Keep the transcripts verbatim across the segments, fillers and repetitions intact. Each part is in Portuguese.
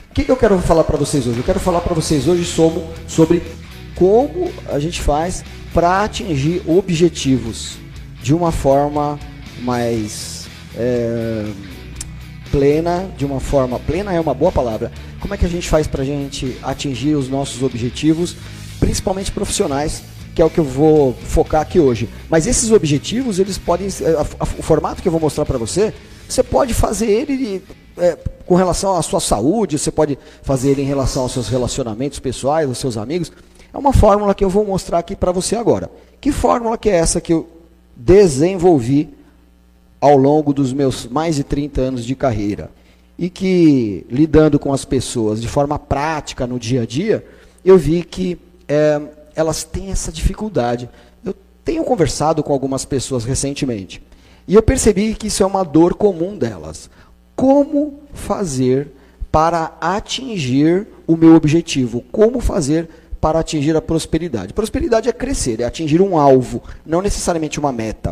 O que, que eu quero falar para vocês hoje? Eu quero falar para vocês hoje sobre, sobre como a gente faz para atingir objetivos de uma forma mais é, plena, de uma forma plena é uma boa palavra. Como é que a gente faz para a gente atingir os nossos objetivos, principalmente profissionais, que é o que eu vou focar aqui hoje. Mas esses objetivos, eles podem, a, a, o formato que eu vou mostrar para você, você pode fazer ele é, com relação à sua saúde, você pode fazer ele em relação aos seus relacionamentos pessoais, aos seus amigos. É uma fórmula que eu vou mostrar aqui para você agora. Que fórmula que é essa que eu desenvolvi ao longo dos meus mais de trinta anos de carreira? E que, lidando com as pessoas de forma prática no dia a dia, eu vi que é, elas têm essa dificuldade. Eu tenho conversado com algumas pessoas recentemente, e eu percebi que isso é uma dor comum delas. Como fazer para atingir o meu objetivo? Como fazer para atingir a prosperidade? Prosperidade é crescer, é atingir um alvo, não necessariamente uma meta,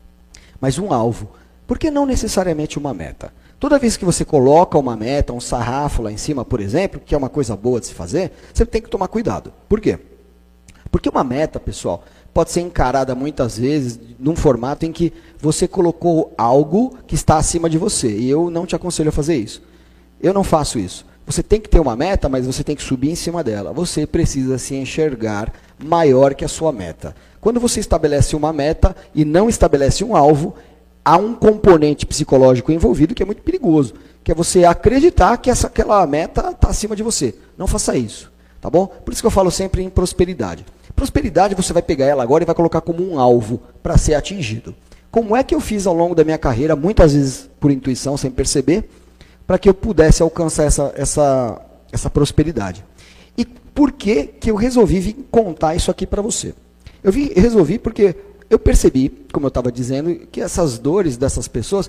mas um alvo. Por que não necessariamente uma meta? Toda vez que você coloca uma meta, um sarrafo lá em cima, por exemplo, que é uma coisa boa de se fazer, você tem que tomar cuidado. Por quê? Porque uma meta, pessoal, pode ser encarada muitas vezes num formato em que você colocou algo que está acima de você. E eu não te aconselho a fazer isso. Eu não faço isso. Você tem que ter uma meta, mas você tem que subir em cima dela. Você precisa se enxergar maior que a sua meta. Quando você estabelece uma meta e não estabelece um alvo, há um componente psicológico envolvido que é muito perigoso, que é você acreditar que essa, aquela meta está acima de você. Não faça isso, tá bom? Por isso que eu falo sempre em prosperidade. Prosperidade você vai pegar ela agora e vai colocar como um alvo para ser atingido. Como é que eu fiz ao longo da minha carreira, muitas vezes por intuição, sem perceber, para que eu pudesse alcançar essa, essa, essa prosperidade? E por que, que eu resolvi vir contar isso aqui para você? Eu vi, resolvi porque eu percebi, como eu estava dizendo, que essas dores dessas pessoas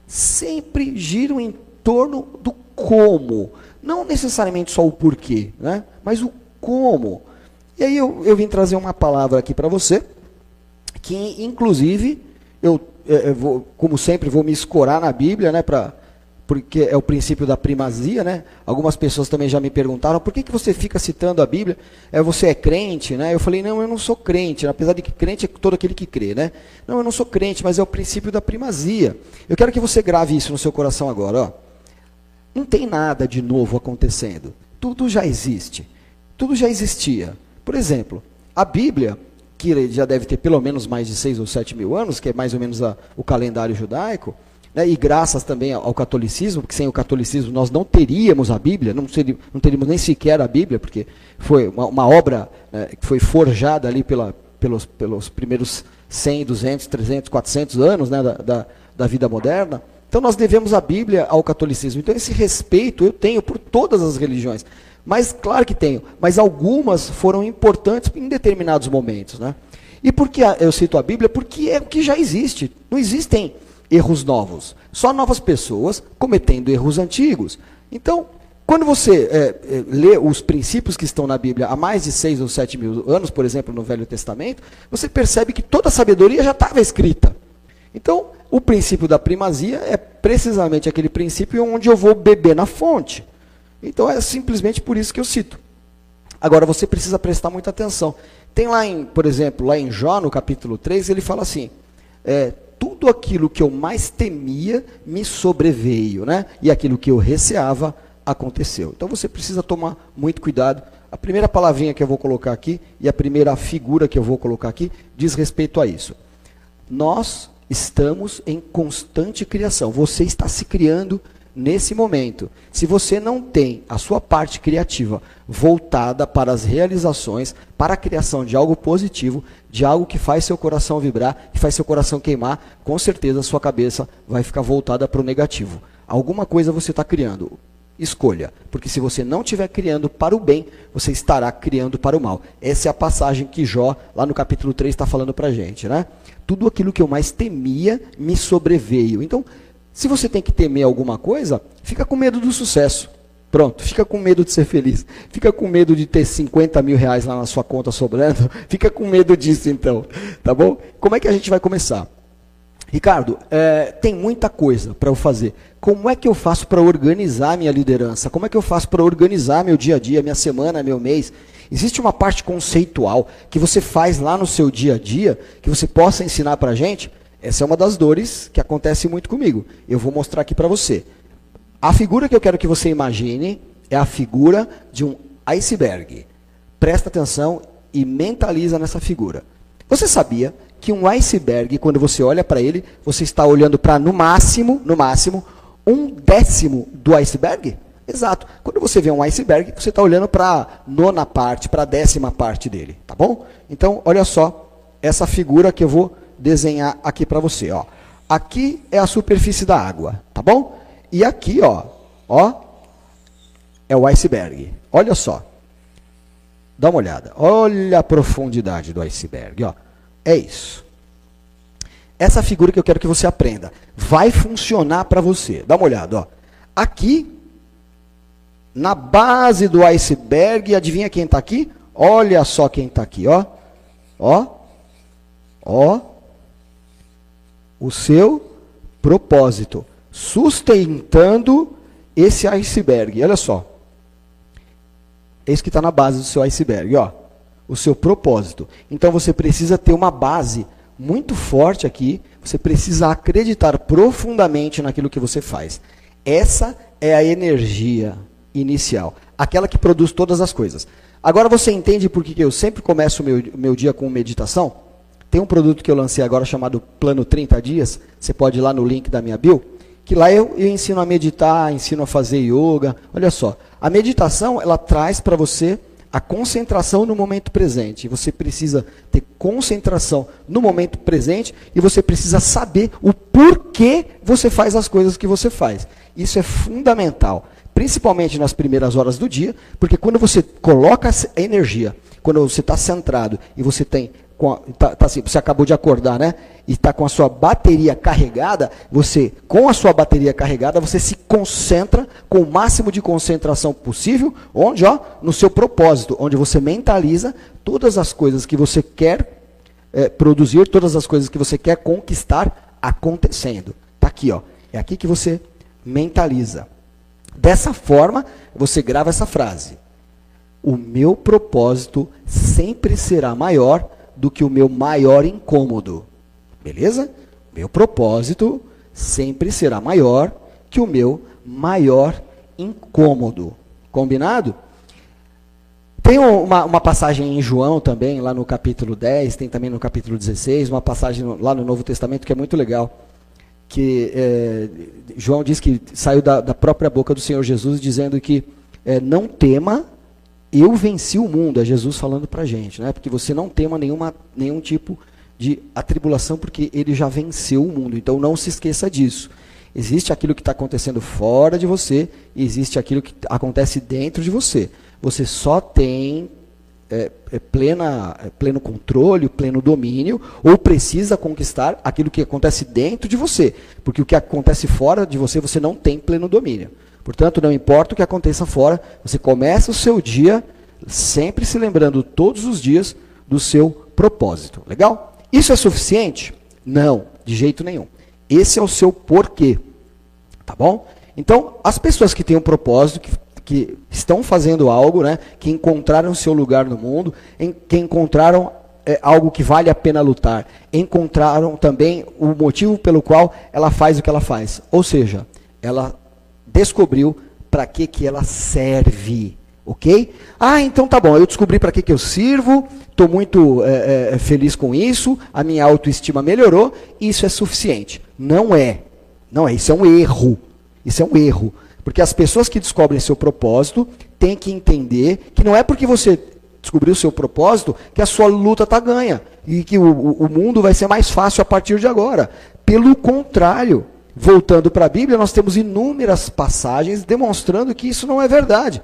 sempre giram em torno do como. Não necessariamente só o porquê, né? Mas o como. E aí eu, eu vim trazer uma palavra aqui para você, que inclusive, eu, eu vou, como sempre, vou me escorar na Bíblia, né, pra, porque é o princípio da primazia, né? Algumas pessoas também já me perguntaram, por que, que você fica citando a Bíblia? É, você é crente, né? Eu falei, não, eu não sou crente, apesar de que crente é todo aquele que crê, né? Não, eu não sou crente, mas é o princípio da primazia. Eu quero que você grave isso no seu coração agora, ó. Não tem nada de novo acontecendo. Tudo já existe. Tudo já existia. Por exemplo, a Bíblia, que já deve ter pelo menos mais de seis ou sete mil anos, que é mais ou menos a, o calendário judaico, né, e graças também ao catolicismo, porque sem o catolicismo nós não teríamos a Bíblia, não, seria, não teríamos nem sequer a Bíblia, porque foi uma, uma obra né, que foi forjada ali pela, pelos, pelos primeiros cem, duzentos, trezentos, quatrocentos anos né, da, da, da vida moderna. Então nós devemos a Bíblia ao catolicismo. Então esse respeito eu tenho por todas as religiões. Mas, claro que tenho, mas algumas foram importantes em determinados momentos. Né? E por que eu cito a Bíblia? Porque é o que já existe. Não existem erros novos. Só novas pessoas cometendo erros antigos. Então, quando você é, é, lê os princípios que estão na Bíblia há mais de seis ou sete mil anos, por exemplo, no Velho Testamento, você percebe que toda a sabedoria já estava escrita. Então, o princípio da primazia é precisamente aquele princípio onde eu vou beber na fonte. Então é simplesmente por isso que eu cito. Agora você precisa prestar muita atenção. Tem lá, em, por exemplo, lá em Jó, no capítulo três, ele fala assim, é, tudo aquilo que eu mais temia me sobreveio, né? E aquilo que eu receava aconteceu. Então você precisa tomar muito cuidado. A primeira palavrinha que eu vou colocar aqui, e a primeira figura que eu vou colocar aqui, diz respeito a isso. Nós estamos em constante criação. Você está se criando nesse momento. Se você não tem a sua parte criativa voltada para as realizações, para a criação de algo positivo, de algo que faz seu coração vibrar, que faz seu coração queimar, com certeza a sua cabeça vai ficar voltada para o negativo. Alguma coisa você está criando. Escolha, porque se você não estiver criando para o bem, você estará criando para o mal. Essa é a passagem que Jó, lá no capítulo três, está falando para a gente. Né? Tudo aquilo que eu mais temia me sobreveio. Então, se você tem que temer alguma coisa, fica com medo do sucesso. Pronto, fica com medo de ser feliz. Fica com medo de ter cinquenta mil reais lá na sua conta sobrando. Fica com medo disso então, tá bom? Como é que a gente vai começar? Ricardo, é, tem muita coisa para eu fazer. Como é que eu faço para organizar minha liderança? Como é que eu faço para organizar meu dia a dia, minha semana, meu mês? Existe uma parte conceitual que você faz lá no seu dia a dia, que você possa ensinar para a gente? Essa é uma das dores que acontece muito comigo. Eu vou mostrar aqui para você. A figura que eu quero que você imagine é a figura de um iceberg. Presta atenção e mentaliza nessa figura. Você sabia que um iceberg, quando você olha para ele, você está olhando para, no máximo, no máximo, um décimo do iceberg? Exato. Quando você vê um iceberg, você está olhando para a nona parte, para a décima parte dele, tá bom? Então, olha só essa figura que eu vou desenhar aqui para você, ó. Aqui é a superfície da água, tá bom? E aqui, ó, ó, é o iceberg. Olha só. Dá uma olhada. Olha a profundidade do iceberg, ó. É isso. Essa figura que eu quero que você aprenda vai funcionar para você. Dá uma olhada, ó. Aqui, na base do iceberg, adivinha quem está aqui? Olha só quem está aqui, ó. Ó. Ó. O seu propósito. Sustentando esse iceberg. Olha só. Esse que está na base do seu iceberg, ó. O seu propósito. Então você precisa ter uma base muito forte aqui. Você precisa acreditar profundamente naquilo que você faz. Essa é a energia inicial. Aquela que produz todas as coisas. Agora você entende por que eu sempre começo o meu, meu dia com meditação? Tem um produto que eu lancei agora chamado Plano trinta Dias. Você pode ir lá no link da minha bio. Que lá eu, eu ensino a meditar, ensino a fazer yoga. Olha só. A meditação, ela traz para você a concentração no momento presente. Você precisa ter concentração no momento presente e você precisa saber o porquê você faz as coisas que você faz. Isso é fundamental, principalmente nas primeiras horas do dia, porque quando você coloca a energia, quando você está centrado e você tem, tá, tá assim, você acabou de acordar, né? E está com a sua bateria carregada, você, com a sua bateria carregada, você se concentra com o máximo de concentração possível, onde, ó, no seu propósito, onde você mentaliza todas as coisas que você quer é, produzir, todas as coisas que você quer conquistar acontecendo. Está aqui, ó. É aqui que você mentaliza. Dessa forma, você grava essa frase. O meu propósito sempre será maior do que o meu maior incômodo. Beleza? Meu propósito sempre será maior que o meu maior incômodo. Combinado? Tem uma, uma passagem em João também, lá no capítulo dez, tem também no capítulo dezesseis, uma passagem lá no Novo Testamento que é muito legal. Que é, João diz que saiu da, da própria boca do Senhor Jesus dizendo que é, não tema, eu venci o mundo. É Jesus falando para a gente, né? Porque você não tema nenhuma, nenhum tipo de atribulação, porque ele já venceu o mundo. Então não se esqueça disso. Existe aquilo que está acontecendo fora de você e existe aquilo que acontece dentro de você. Você só tem é, é plena, é pleno controle, pleno domínio, ou precisa conquistar aquilo que acontece dentro de você. Porque o que acontece fora de você, você não tem pleno domínio. Portanto, não importa o que aconteça fora, você começa o seu dia sempre se lembrando todos os dias do seu propósito. Legal? Isso é suficiente? Não, de jeito nenhum. Esse é o seu porquê. Tá bom? Então, as pessoas que têm um propósito, que, que estão fazendo algo, né, que encontraram seu lugar no mundo, em, que encontraram é, algo que vale a pena lutar, encontraram também o motivo pelo qual ela faz o que ela faz. Ou seja, ela descobriu para que, que ela serve. Ok? Ah, então tá bom, eu descobri para que, que eu sirvo, estou muito é, é, feliz com isso, a minha autoestima melhorou, isso é suficiente. Não é. Não é, isso é um erro. Isso é um erro. Porque as pessoas que descobrem seu propósito têm que entender que não é porque você descobriu o seu propósito que a sua luta está ganha e que o, o mundo vai ser mais fácil a partir de agora. Pelo contrário, voltando para a Bíblia, nós temos inúmeras passagens demonstrando que isso não é verdade.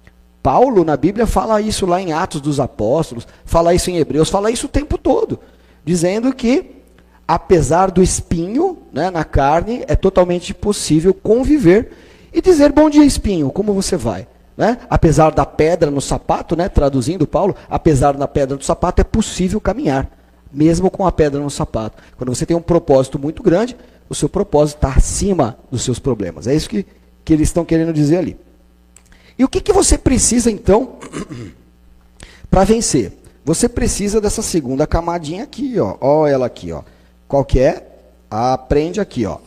Paulo, na Bíblia, fala isso lá em Atos dos Apóstolos, fala isso em Hebreus, fala isso o tempo todo, dizendo que, apesar do espinho, né, na carne, é totalmente possível conviver e dizer, bom dia espinho, como você vai? Né? Apesar da pedra no sapato, né, traduzindo Paulo, apesar da pedra do sapato, é possível caminhar. mesmo com a pedra no sapato. Quando você tem um propósito muito grande, o seu propósito está acima dos seus problemas. É isso que, que eles estão querendo dizer ali. E o que, que você precisa, então, para vencer? Você precisa dessa segunda camadinha aqui, ó. Ó ela aqui, ó. Qual que é? Aprende aqui, ó.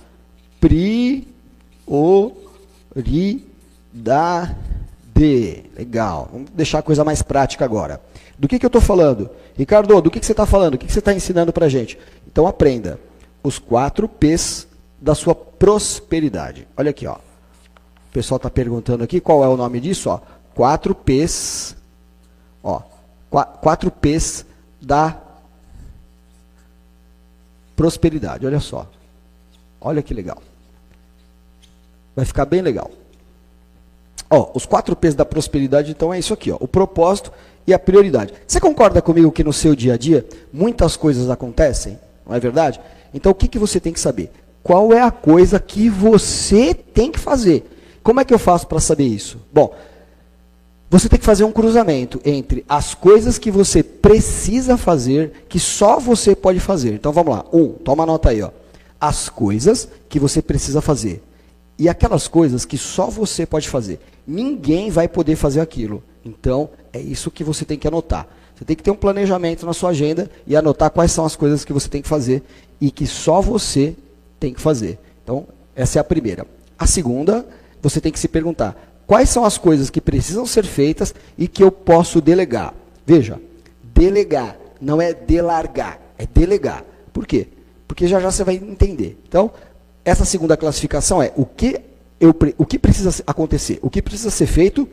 Prioridade. Legal. Vamos deixar a coisa mais prática agora. Do que, que eu estou falando? Ricardo, do que, que você está falando? O que, que você está ensinando para a gente? Então aprenda os quatro P's da sua prosperidade. Olha aqui, ó. O pessoal está perguntando aqui qual é o nome disso, ó. Quatro P's, ó. Quatro P's da prosperidade. Olha só. Olha que legal. Vai ficar bem legal. Ó, os quatro P's da prosperidade, então, é isso aqui, ó. O propósito e a prioridade. Você concorda comigo que no seu dia a dia muitas coisas acontecem? Não é verdade? Então, o que, que você tem que saber? Qual é a coisa que você tem que fazer? Como é que eu faço para saber isso? Bom, você tem que fazer um cruzamento entre as coisas que você precisa fazer, que só você pode fazer. Então, vamos lá. Um, toma nota aí, ó. As coisas que você precisa fazer. E aquelas coisas que só você pode fazer. Ninguém vai poder fazer aquilo. Então, é isso que você tem que anotar. Você tem que ter um planejamento na sua agenda e anotar quais são as coisas que você tem que fazer e que só você tem que fazer. Então, essa é a primeira. A segunda, você tem que se perguntar, quais são as coisas que precisam ser feitas e que eu posso delegar? Veja, delegar não é delargar, é delegar. Por quê? Porque já já você vai entender. Então, essa segunda classificação é o que, eu, o que precisa acontecer, o que precisa ser feito,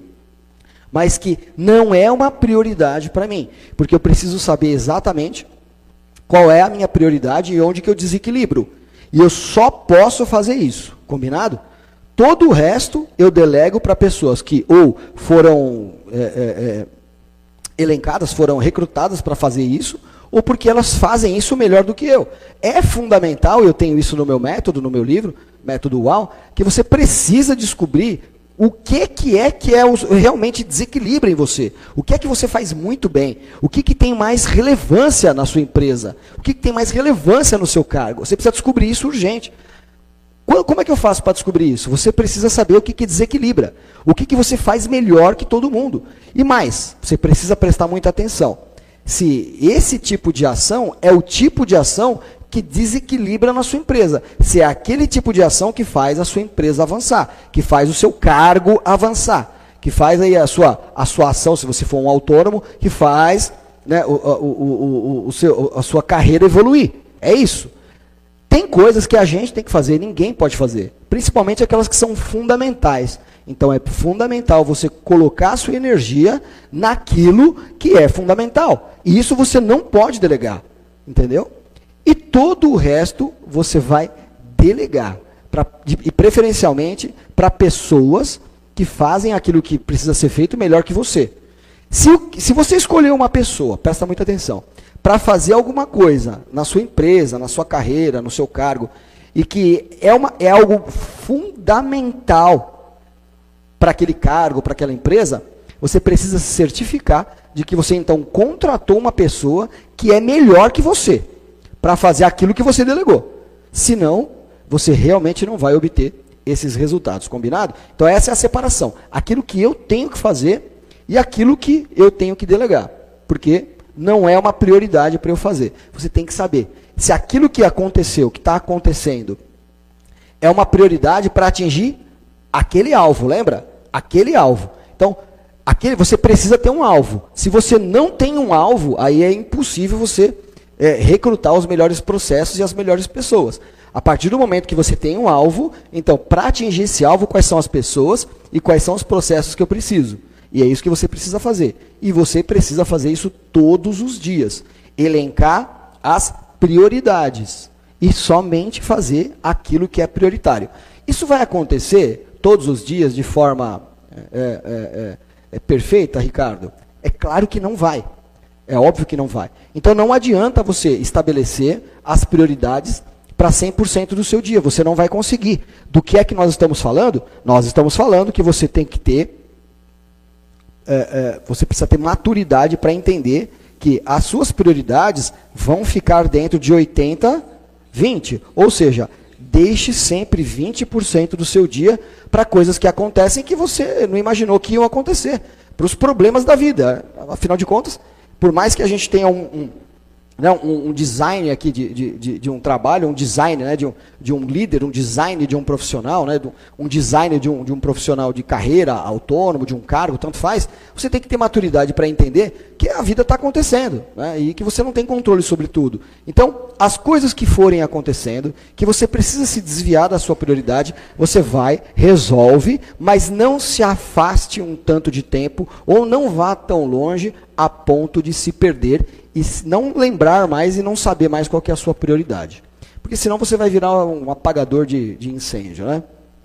mas que não é uma prioridade para mim, porque eu preciso saber exatamente qual é a minha prioridade e onde que eu desequilibro. E eu só posso fazer isso, combinado? Todo o resto eu delego para pessoas que ou foram é, é, é, elencadas, foram recrutadas para fazer isso, ou porque elas fazem isso melhor do que eu. É fundamental, eu tenho isso no meu método, no meu livro, Método Uau, que você precisa descobrir o que, que é que é o, realmente desequilibra em você. O que é que você faz muito bem? O que, que tem mais relevância na sua empresa? O que, que tem mais relevância no seu cargo? Você precisa descobrir isso urgente. Como é que eu faço para descobrir isso? Você precisa saber o que, que desequilibra. O que, que você faz melhor que todo mundo. E mais, você precisa prestar muita atenção. Se esse tipo de ação é o tipo de ação que desequilibra na sua empresa. Se é aquele tipo de ação que faz a sua empresa avançar, que faz o seu cargo avançar, que faz aí a sua, a sua ação, se você for um autônomo, que faz, né, o, o, o, o, o seu, a sua carreira evoluir. É isso. Tem coisas que a gente tem que fazer, ninguém pode fazer. Principalmente aquelas que são fundamentais. Então é fundamental você colocar a sua energia naquilo que é fundamental. E isso você não pode delegar. Entendeu? E todo o resto você vai delegar. Pra, e preferencialmente para pessoas que fazem aquilo que precisa ser feito melhor que você. Se, se você escolher uma pessoa, presta muita atenção, para fazer alguma coisa na sua empresa, na sua carreira, no seu cargo, e que é, uma, é algo fundamental para aquele cargo, para aquela empresa, você precisa se certificar de que você então contratou uma pessoa que é melhor que você para fazer aquilo que você delegou. Senão, você realmente não vai obter esses resultados, combinado? Então essa é a separação. Aquilo que eu tenho que fazer e aquilo que eu tenho que delegar. Porque não é uma prioridade para eu fazer. Você tem que saber se aquilo que aconteceu, que está acontecendo, é uma prioridade para atingir aquele alvo, lembra? Aquele alvo. Então, aquele, você precisa ter um alvo. Se você não tem um alvo, aí é impossível você é, recrutar os melhores processos e as melhores pessoas. A partir do momento que você tem um alvo, então, para atingir esse alvo, quais são as pessoas e quais são os processos que eu preciso? E é isso que você precisa fazer. E você precisa fazer isso todos os dias. Elencar as prioridades. E somente fazer aquilo que é prioritário. Isso vai acontecer todos os dias de forma é, é, é, é perfeita, Ricardo? É claro que não vai. É óbvio que não vai. Então não adianta você estabelecer as prioridades para cem por cento do seu dia. Você não vai conseguir. Do que é que nós estamos falando? Nós estamos falando que você tem que ter, é, é, você precisa ter maturidade para entender que as suas prioridades vão ficar dentro de oitenta, vinte. Ou seja, deixe sempre vinte por cento do seu dia para coisas que acontecem que você não imaginou que iam acontecer, para os problemas da vida. Afinal de contas, por mais que a gente tenha um, um, né, um, um design aqui de, de, de, de um trabalho, um design, né, de, um, de um líder, um design de um profissional, né, um design de um, de um profissional de carreira, autônomo, de um cargo, tanto faz, você tem que ter maturidade para entender que a vida está acontecendo, né, e que você não tem controle sobre tudo. Então, as coisas que forem acontecendo, que você precisa se desviar da sua prioridade, você vai, resolve, mas não se afaste um tanto de tempo, ou não vá tão longe a ponto de se perder e não lembrar mais e não saber mais qual que é a sua prioridade. Porque senão você vai virar um apagador de, de incêndio, né?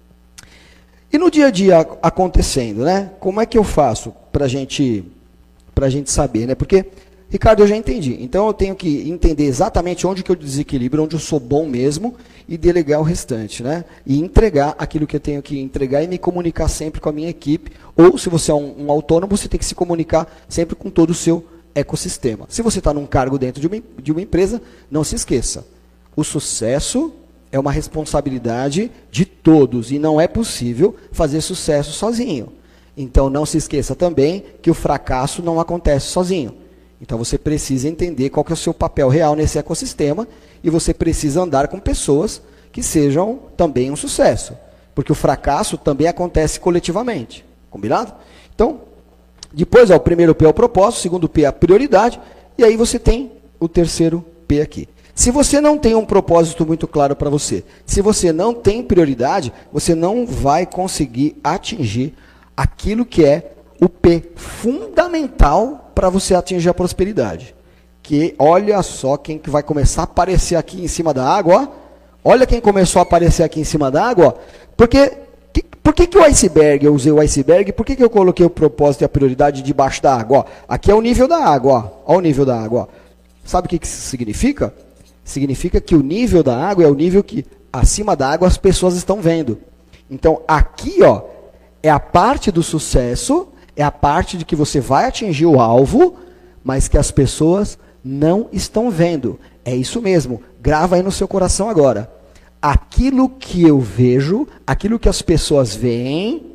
E no dia a dia acontecendo, né? Como é que eu faço para gente, pra gente saber, né? Porque, Ricardo, eu já entendi. Então eu tenho que entender exatamente onde que eu desequilibro, onde eu sou bom mesmo e delegar o restante, né? E entregar aquilo que eu tenho que entregar e me comunicar sempre com a minha equipe. Ou, se você é um, um autônomo, você tem que se comunicar sempre com todo o seu ecossistema. Se você está num cargo dentro de uma, de uma empresa, não se esqueça. O sucesso é uma responsabilidade de todos e não é possível fazer sucesso sozinho. Então não se esqueça também que o fracasso não acontece sozinho. Então você precisa entender qual que é o seu papel real nesse ecossistema e você precisa andar com pessoas que sejam também um sucesso. Porque o fracasso também acontece coletivamente. Combinado? Então, depois, ó, o primeiro P é o propósito, o segundo P é a prioridade, e aí você tem o terceiro P aqui. Se você não tem um propósito muito claro para você, se você não tem prioridade, você não vai conseguir atingir aquilo que é o P fundamental para você atingir a prosperidade. Que olha só quem que vai começar a aparecer aqui em cima da água, ó. Olha quem começou a aparecer aqui em cima da água, ó. Porque que, por que, que o iceberg, eu usei o iceberg, por que, que eu coloquei o propósito e a prioridade debaixo da água? Ó, aqui é o nível da água, ó. Olha o nível da água. Ó. Sabe o que, que isso significa? Significa que o nível da água é o nível que acima da água as pessoas estão vendo. Então aqui, ó, é a parte do sucesso, é a parte de que você vai atingir o alvo, mas que as pessoas não estão vendo. É isso mesmo, grava aí no seu coração agora. Aquilo que eu vejo, aquilo que as pessoas veem,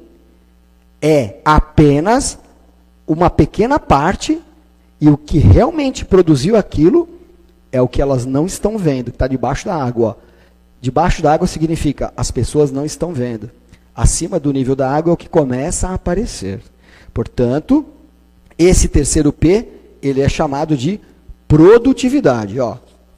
é apenas uma pequena parte, e o que realmente produziu aquilo é o que elas não estão vendo, que está debaixo da água. Ó. Debaixo da água significa as pessoas não estão vendo. Acima do nível da água é o que começa a aparecer. Portanto, esse terceiro P, ele é chamado de produtividade. Ó.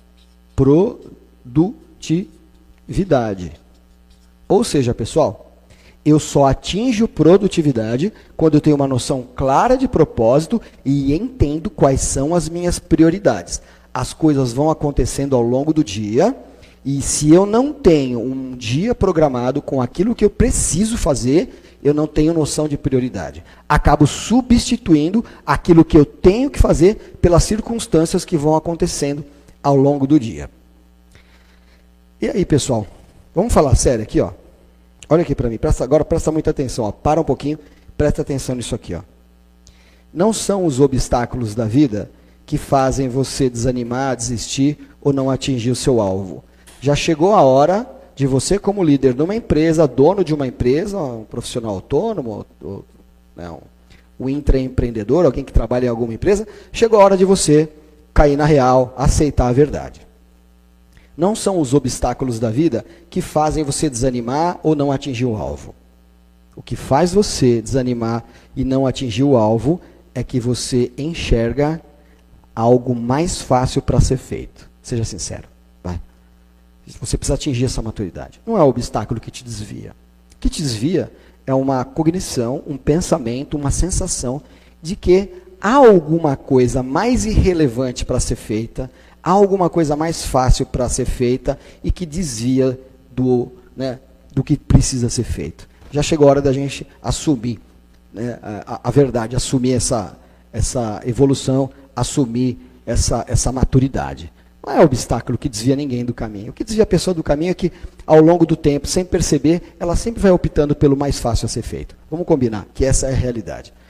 Produtividade. Ou seja, pessoal, eu só atinjo produtividade quando eu tenho uma noção clara de propósito e entendo quais são as minhas prioridades. As coisas vão acontecendo ao longo do dia, e se eu não tenho um dia programado com aquilo que eu preciso fazer, eu não tenho noção de prioridade. Acabo substituindo aquilo que eu tenho que fazer pelas circunstâncias que vão acontecendo ao longo do dia. E aí, pessoal, vamos falar sério aqui, ó. Olha aqui para mim, presta, agora presta muita atenção, ó. Para um pouquinho, presta atenção nisso aqui, ó. Não são os obstáculos da vida que fazem você desanimar, desistir ou não atingir o seu alvo. Já chegou a hora de você, como líder de uma empresa, dono de uma empresa, um profissional autônomo, ou, né, um, um intraempreendedor, alguém que trabalha em alguma empresa, chegou a hora de você cair na real, aceitar a verdade. Não são os obstáculos da vida que fazem você desanimar ou não atingir o alvo. O que faz você desanimar e não atingir o alvo é que você enxerga algo mais fácil para ser feito. Seja sincero. Vai. Você precisa atingir essa maturidade. Não é o obstáculo que te desvia. O que te desvia é uma cognição, um pensamento, uma sensação de que há alguma coisa mais irrelevante para ser feita, há alguma coisa mais fácil para ser feita e que desvia do, né, do que precisa ser feito. Já chegou a hora da gente assumir, né, a, a verdade, assumir essa, essa evolução, assumir essa, essa maturidade. Não é obstáculo que desvia ninguém do caminho. O que desvia a pessoa do caminho é que, ao longo do tempo, sem perceber, ela sempre vai optando pelo mais fácil a ser feito. Vamos combinar que essa é a realidade.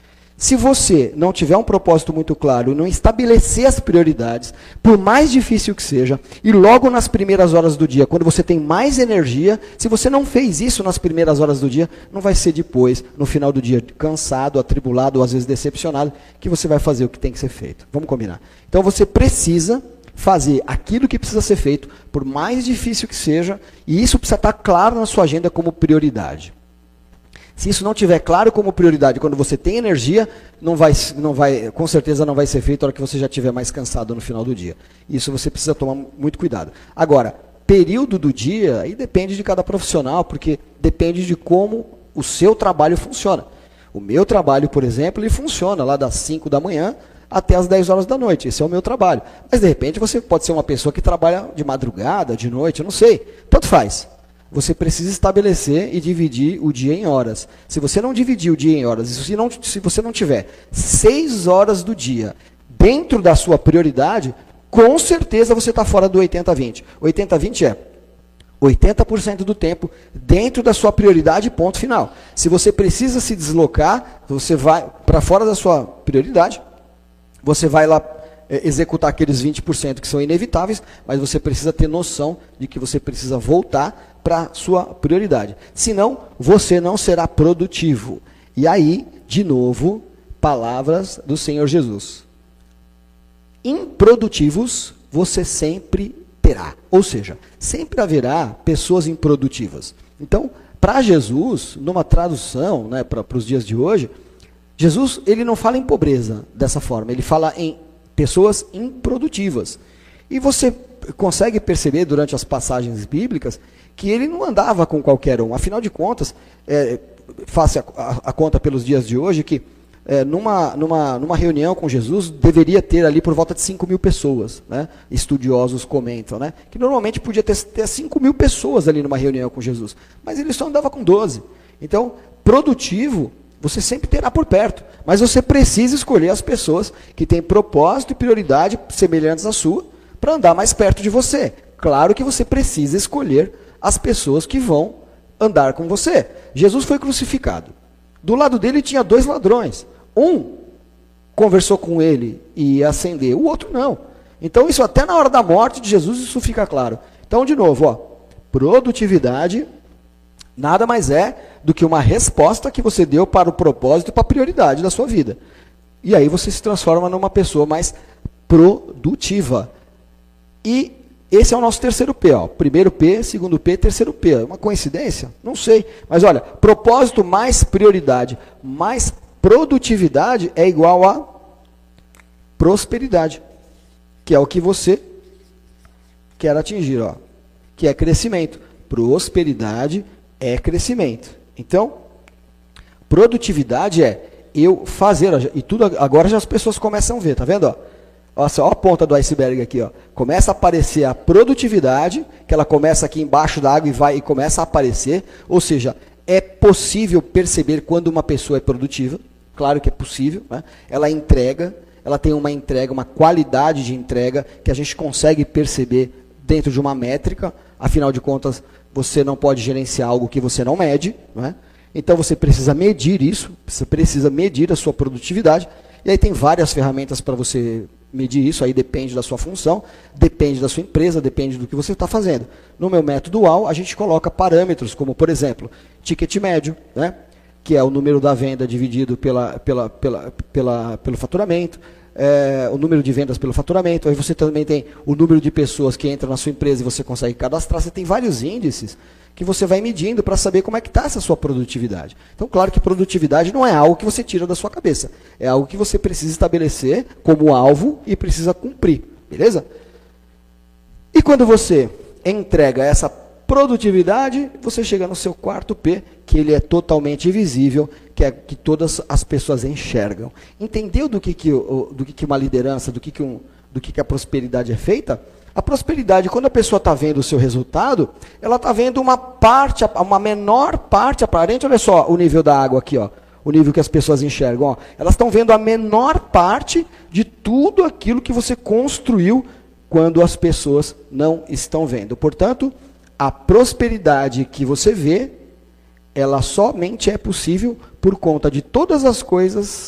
Se você não tiver um propósito muito claro, não estabelecer as prioridades, por mais difícil que seja, e logo nas primeiras horas do dia, quando você tem mais energia, se você não fez isso nas primeiras horas do dia, não vai ser depois, no final do dia, cansado, atribulado, ou às vezes decepcionado, que você vai fazer o que tem que ser feito. Vamos combinar. Então você precisa fazer aquilo que precisa ser feito, por mais difícil que seja, e isso precisa estar claro na sua agenda como prioridade. Se isso não tiver claro como prioridade, quando você tem energia, não vai, não vai, com certeza não vai ser feito na hora que você já estiver mais cansado no final do dia. Isso você precisa tomar muito cuidado. Agora, período do dia, aí depende de cada profissional, porque depende de como o seu trabalho funciona. O meu trabalho, por exemplo, ele funciona lá das cinco da manhã até as dez horas da noite. Esse é o meu trabalho. Mas, de repente, você pode ser uma pessoa que trabalha de madrugada, de noite, eu não sei. Tanto faz. Você precisa estabelecer e dividir o dia em horas. Se você não dividir o dia em horas, se, não, se você não tiver seis horas do dia dentro da sua prioridade, com certeza você está fora do oitenta vinte. oitenta vinte é oitenta por cento do tempo dentro da sua prioridade, ponto final. Se você precisa se deslocar, você vai para fora da sua prioridade, você vai lá é, executar aqueles vinte por cento que são inevitáveis, mas você precisa ter noção de que você precisa voltar para a sua prioridade. Senão, você não será produtivo. E aí, de novo, palavras do Senhor Jesus. Improdutivos, você sempre terá. Ou seja, sempre haverá pessoas improdutivas. Então, para Jesus, numa tradução, né, para os dias de hoje, Jesus ele não fala em pobreza dessa forma, ele fala em pessoas improdutivas. E você consegue perceber durante as passagens bíblicas que ele não andava com qualquer um. Afinal de contas, é, faça a, a conta pelos dias de hoje, que é, numa, numa, numa reunião com Jesus, deveria ter ali por volta de cinco mil pessoas. Né? Estudiosos comentam, né? Que normalmente podia ter, ter cinco mil pessoas ali numa reunião com Jesus. Mas ele só andava com doze. Então, produtivo, você sempre terá por perto. Mas você precisa escolher as pessoas que têm propósito e prioridade semelhantes à sua, para andar mais perto de você. Claro que você precisa escolher as pessoas que vão andar com você. Jesus foi crucificado. Do lado dele tinha dois ladrões. Um conversou com ele e ia acender, o outro não. Então isso até na hora da morte de Jesus, isso fica claro. Então, de novo, ó, produtividade nada mais é do que uma resposta que você deu para o propósito e para a prioridade da sua vida. E aí você se transforma numa pessoa mais produtiva. E esse é o nosso terceiro P. Ó. Primeiro P, segundo P, terceiro P. É uma coincidência? Não sei. Mas olha, propósito mais prioridade, mais produtividade é igual a prosperidade. Que é o que você quer atingir. Ó. Que é crescimento. Prosperidade é crescimento. Então, produtividade é eu fazer. E tudo agora já as pessoas começam a ver, tá vendo? Ó? Olha a ponta do iceberg aqui, ó. Começa a aparecer a produtividade, que ela começa aqui embaixo da água e vai e começa a aparecer. Ou seja, é possível perceber quando uma pessoa é produtiva. Claro que é possível, né? Ela entrega, ela tem uma entrega, uma qualidade de entrega que a gente consegue perceber dentro de uma métrica. Afinal de contas, você não pode gerenciar algo que você não mede, né? Então você precisa medir isso, você precisa medir a sua produtividade. E aí tem várias ferramentas para você medir isso, aí depende da sua função, depende da sua empresa, depende do que você está fazendo. No meu método U A U, a gente coloca parâmetros, como por exemplo, ticket médio, né? Que é o número da venda dividido pela, pela, pela, pela, pelo faturamento, é, o número de vendas pelo faturamento, aí você também tem o número de pessoas que entram na sua empresa e você consegue cadastrar, você tem vários índices que você vai medindo para saber como é que está essa sua produtividade. Então, claro que produtividade não é algo que você tira da sua cabeça. É algo que você precisa estabelecer como alvo e precisa cumprir. Beleza? E quando você entrega essa produtividade, você chega no seu quarto P, que ele é totalmente visível, que é que todas as pessoas enxergam. Entendeu do que, que, do que, que uma liderança, do que, que, um, do que, que a prosperidade é feita? A prosperidade, quando a pessoa está vendo o seu resultado, ela está vendo uma parte, uma menor parte aparente. Olha só o nível da água aqui, ó, o nível que as pessoas enxergam. Ó. Elas estão vendo a menor parte de tudo aquilo que você construiu quando as pessoas não estão vendo. Portanto, a prosperidade que você vê, ela somente é possível por conta de todas as coisas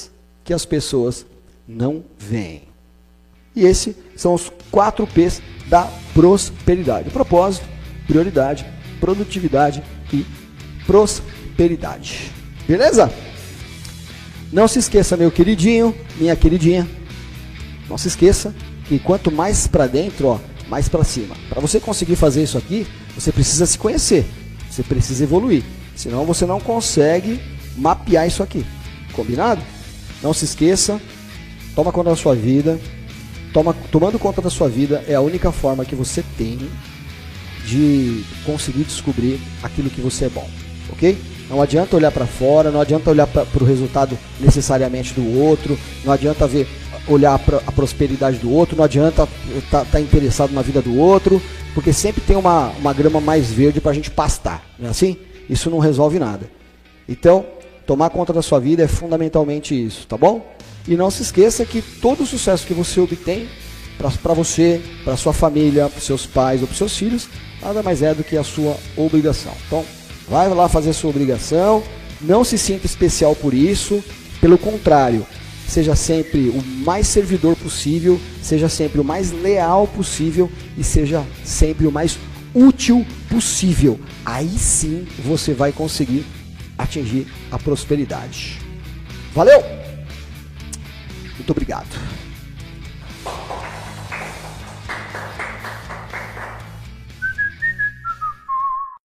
que as pessoas não veem. E esses são os quatro P's da prosperidade. Propósito, prioridade, produtividade e prosperidade. Beleza? Não se esqueça, meu queridinho, minha queridinha, não se esqueça que quanto mais para dentro, ó, mais para cima. Para você conseguir fazer isso aqui, você precisa se conhecer, você precisa evoluir. Senão você não consegue mapear isso aqui. Combinado? Não se esqueça, toma conta da sua vida. Toma, tomando conta da sua vida é a única forma que você tem de conseguir descobrir aquilo que você é bom, ok? Não adianta olhar para fora, não adianta olhar para o resultado necessariamente do outro, não adianta ver, olhar para a prosperidade do outro, não adianta estar tá, tá interessado na vida do outro, porque sempre tem uma, uma grama mais verde para a gente pastar, não é assim? Isso não resolve nada. Então, tomar conta da sua vida é fundamentalmente isso, tá bom? E não se esqueça que todo o sucesso que você obtém para você, para sua família, para seus pais ou para seus filhos, nada mais é do que a sua obrigação. Então, vai lá fazer a sua obrigação, não se sinta especial por isso, pelo contrário, seja sempre o mais servidor possível, seja sempre o mais leal possível e seja sempre o mais útil possível. Aí sim você vai conseguir atingir a prosperidade. Valeu! Muito obrigado.